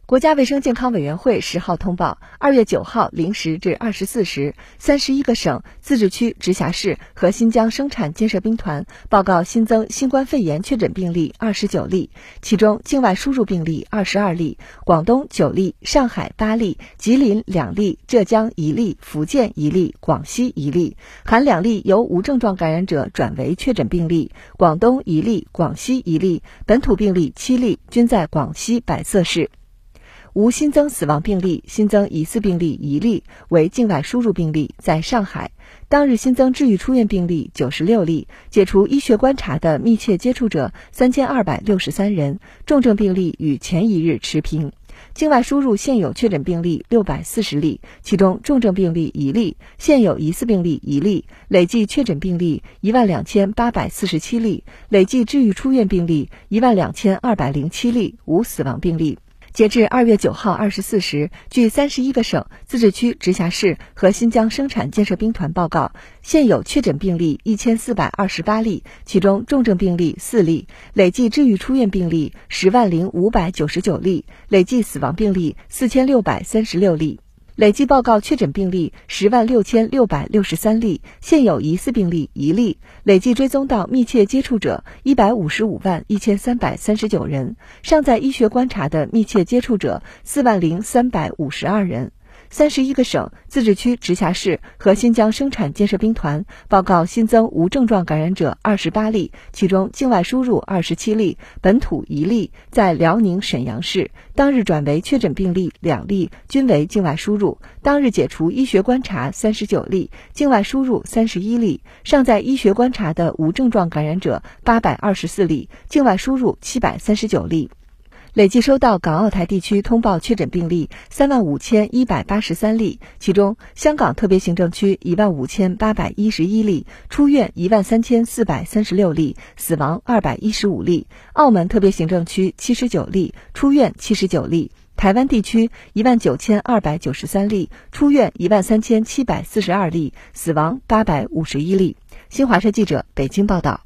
国家卫生健康委员会10号通报，2月9号0时至24时，31个省、自治区、直辖市和新疆生产建设兵团报告新增新冠肺炎确诊病例29例，其中境外输入病例22例，广东9例，上海8例，吉林2例，浙江1例，福建1例，广西1例，含2例由无症状感染者转为确诊病例，广东1例，广西1例，本土病例7例，均在广西百色市。无新增死亡病例，新增疑似病例1例，为境外输入病例，在上海。当日新增治愈出院病例96例，解除医学观察的密切接触者3263人，重症病例与前一日持平。境外输入现有确诊病例640例，其中重症病例1例，现有疑似病例1例，累计确诊病例12847例，累计治愈出院病例12207例，无死亡病例。截至2月9号24时，据31个省、自治区、直辖市和新疆生产建设兵团报告，现有确诊病例1428例，其中重症病例4例，累计治愈出院病例100599例，累计死亡病例4636例。累计报告确诊病例106663例，现有疑似病例1例，累计追踪到密切接触者1551339人，尚在医学观察的密切接触者40352人。31个省、自治区、直辖市和新疆生产建设兵团报告新增无症状感染者28例，其中境外输入27例，本土1例，在辽宁沈阳市。当日转为确诊病例2例，均为境外输入。当日解除医学观察39例，境外输入31例，尚在医学观察的无症状感染者824例，境外输入739例。累计收到港澳台地区通报确诊病例35183例，其中香港特别行政区15811例，出院13436例，死亡215例；澳门特别行政区79例，出院79例；台湾地区19293例，出院13742例，死亡851例。新华社记者北京报道。